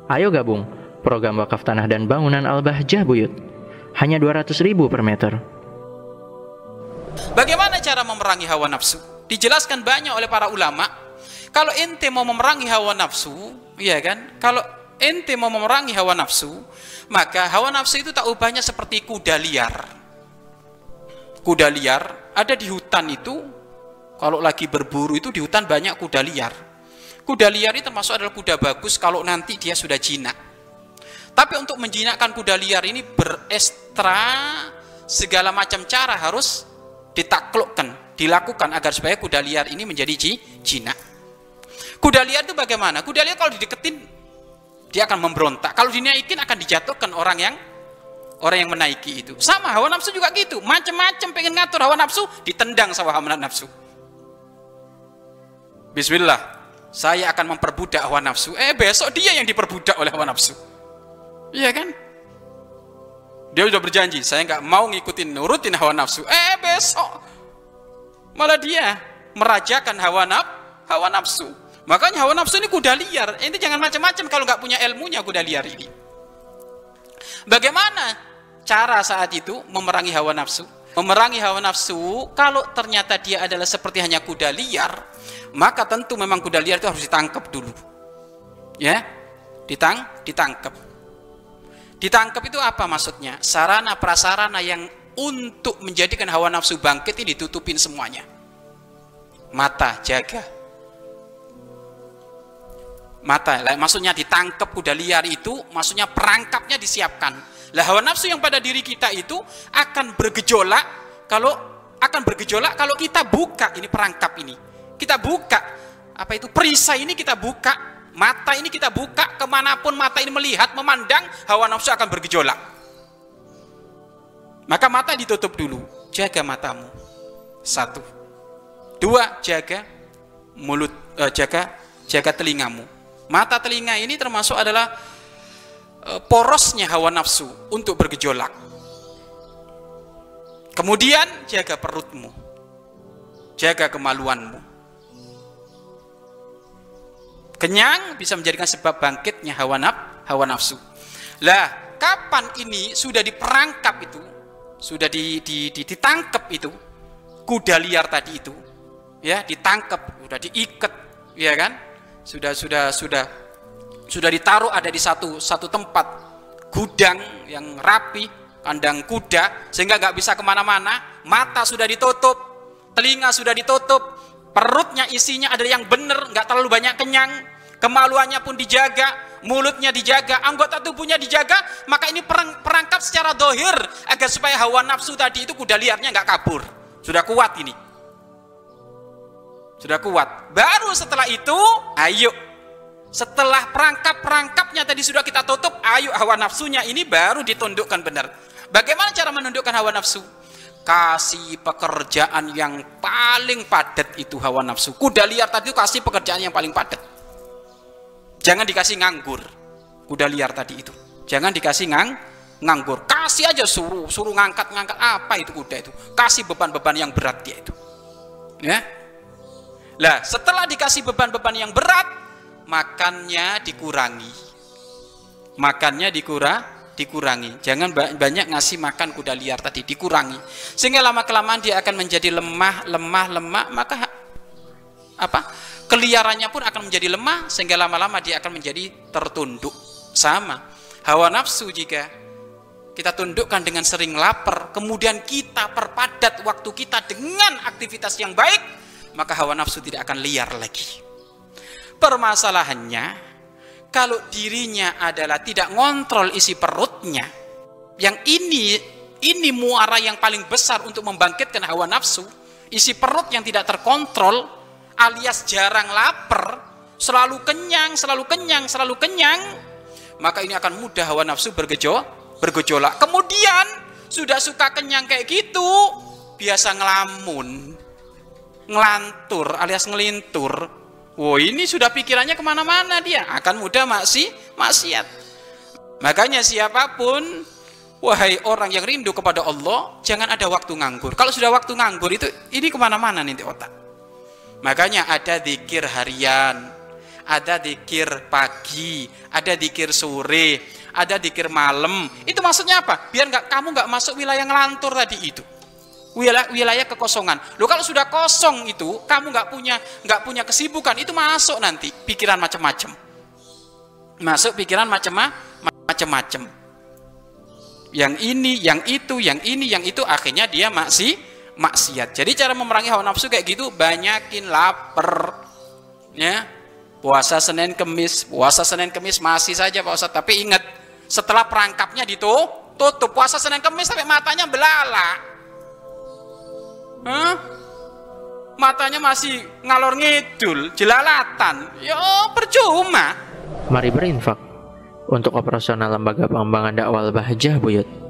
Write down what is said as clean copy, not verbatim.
Ayo gabung program wakaf tanah dan bangunan Al-Bahjah Buyut. Hanya 200.000 per meter. Bagaimana cara memerangi hawa nafsu? Dijelaskan banyak oleh para ulama. Kalau ente mau memerangi hawa nafsu, ya kan? Kalau ente mau memerangi hawa nafsu, maka hawa nafsu itu tak ubahnya seperti kuda liar. Kuda liar ada di hutan itu. Kalau lagi berburu itu di hutan banyak kuda liar. Kuda liar ini termasuk adalah kuda bagus kalau nanti dia sudah jinak. Tapi untuk menjinakkan kuda liar ini berekstra segala macam cara harus ditaklukkan, dilakukan agar supaya kuda liar ini menjadi jinak. Kuda liar itu bagaimana? Kuda liar kalau dideketin dia akan memberontak. Kalau dinaikin akan dijatuhkan orang yang menaiki itu. Sama hawa nafsu juga gitu. Macam-macam pengen ngatur hawa nafsu, ditendang sama hawa nafsu. Bismillah, saya akan memperbudak hawa nafsu. Besok dia yang diperbudak oleh hawa nafsu. Iya kan? Dia sudah berjanji, saya nggak mau nurutin hawa nafsu. Besok malah dia merajakan hawa nafsu. Makanya hawa nafsu ini kuda liar. Ini jangan macam-macam kalau nggak punya ilmunya kuda liar ini. Bagaimana cara saat itu memerangi hawa nafsu? Memerangi hawa nafsu, kalau ternyata dia adalah seperti hanya kuda liar, maka tentu memang kuda liar itu harus ditangkap dulu. Ya, ditangkap. Ditangkap itu apa maksudnya? Sarana prasarana yang untuk menjadikan hawa nafsu bangkit ini ditutupin semuanya. Mata jaga. Mata, maksudnya ditangkap kuda liar itu, maksudnya perangkapnya disiapkan. Lah hawa nafsu yang pada diri kita itu akan bergejolak kalau kita buka ini perangkap ini. Kita buka perisai ini kita buka, mata ini kita buka, kemanapun mata ini melihat, memandang, hawa nafsu akan bergejolak. Maka mata ditutup dulu, jaga matamu. 1. 2, jaga mulut, jaga telingamu. Mata telinga ini termasuk adalah porosnya hawa nafsu untuk bergejolak. Kemudian jaga perutmu, jaga kemaluanmu. Kenyang bisa menjadikan sebab bangkitnya hawa nafsu. Lah, kapan ini sudah diperangkap itu, sudah ditangkap itu kuda liar tadi itu, ya ditangkap, sudah diikat, ya kan? Sudah ditaruh ada di satu tempat gudang yang rapi, kandang kuda, sehingga nggak bisa kemana-mana. Mata sudah ditutup, telinga sudah ditutup, perutnya isinya ada yang benar, nggak terlalu banyak kenyang, kemaluannya pun dijaga, mulutnya dijaga, anggota tubuhnya dijaga. Maka ini perangkap secara dohir agar supaya hawa nafsu tadi itu kuda liarnya nggak kabur. Sudah kuat ini. Sudah kuat. Baru setelah itu, ayo. Setelah perangkap-perangkapnya tadi sudah kita tutup, ayo hawa nafsunya ini baru ditundukkan benar. Bagaimana cara menundukkan hawa nafsu? Kasih pekerjaan yang paling padat itu hawa nafsu. Kuda liar tadi itu kasih pekerjaan yang paling padat. Jangan dikasih nganggur. Kuda liar tadi itu. Jangan dikasih nganggur. Kasih aja suruh ngangkat apa itu kuda itu. Kasih beban-beban yang berat dia itu. Ya. Lah, setelah dikasih beban-beban yang berat, makannya dikurangi. Dikurangi. Jangan banyak ngasih makan kuda liar tadi, dikurangi. Sehingga lama-kelamaan dia akan menjadi lemah, maka keliarannya pun akan menjadi lemah, sehingga lama-lama dia akan menjadi tertunduk. Sama. Hawa nafsu jika kita tundukkan dengan sering lapar, kemudian kita perpadat waktu kita dengan aktivitas yang baik, maka hawa nafsu tidak akan liar lagi. Permasalahannya, kalau dirinya adalah tidak ngontrol isi perutnya, yang ini muara yang paling besar untuk membangkitkan hawa nafsu, isi perut yang tidak terkontrol, alias jarang lapar, selalu kenyang, maka ini akan mudah hawa nafsu bergejolak. Kemudian, sudah suka kenyang kayak gitu, biasa ngelamun, ngelantur alias ngelintur. Ini sudah pikirannya kemana-mana, dia akan mudah maksiat. Makanya siapapun, wahai orang yang rindu kepada Allah, jangan ada waktu nganggur. Kalau sudah waktu nganggur itu, ini kemana-mana nanti otak. Makanya ada zikir harian, ada zikir pagi, ada zikir sore, ada zikir malam. Itu maksudnya apa? Biar kamu nggak masuk wilayah ngelantur tadi itu. Wilayah kekosongan. Loh, kalau sudah kosong itu, kamu nggak punya kesibukan, itu masuk nanti pikiran macam-macam. Masuk pikiran macam-macam. Yang ini, yang itu, yang ini, yang itu, akhirnya dia maksiat. Jadi cara memerangi hawa nafsu kayak gitu, banyakin lapar. Ya. Puasa Senin Kemis masih saja Pak Ustadz, tapi ingat setelah perangkapnya ditutup, puasa Senin Kemis sampai matanya belalak. Matanya masih ngalor ngidul, jelalatan. Ya percuma. Mari berinfak untuk operasional lembaga pengembangan dakwah Al-Bahjah Buyut.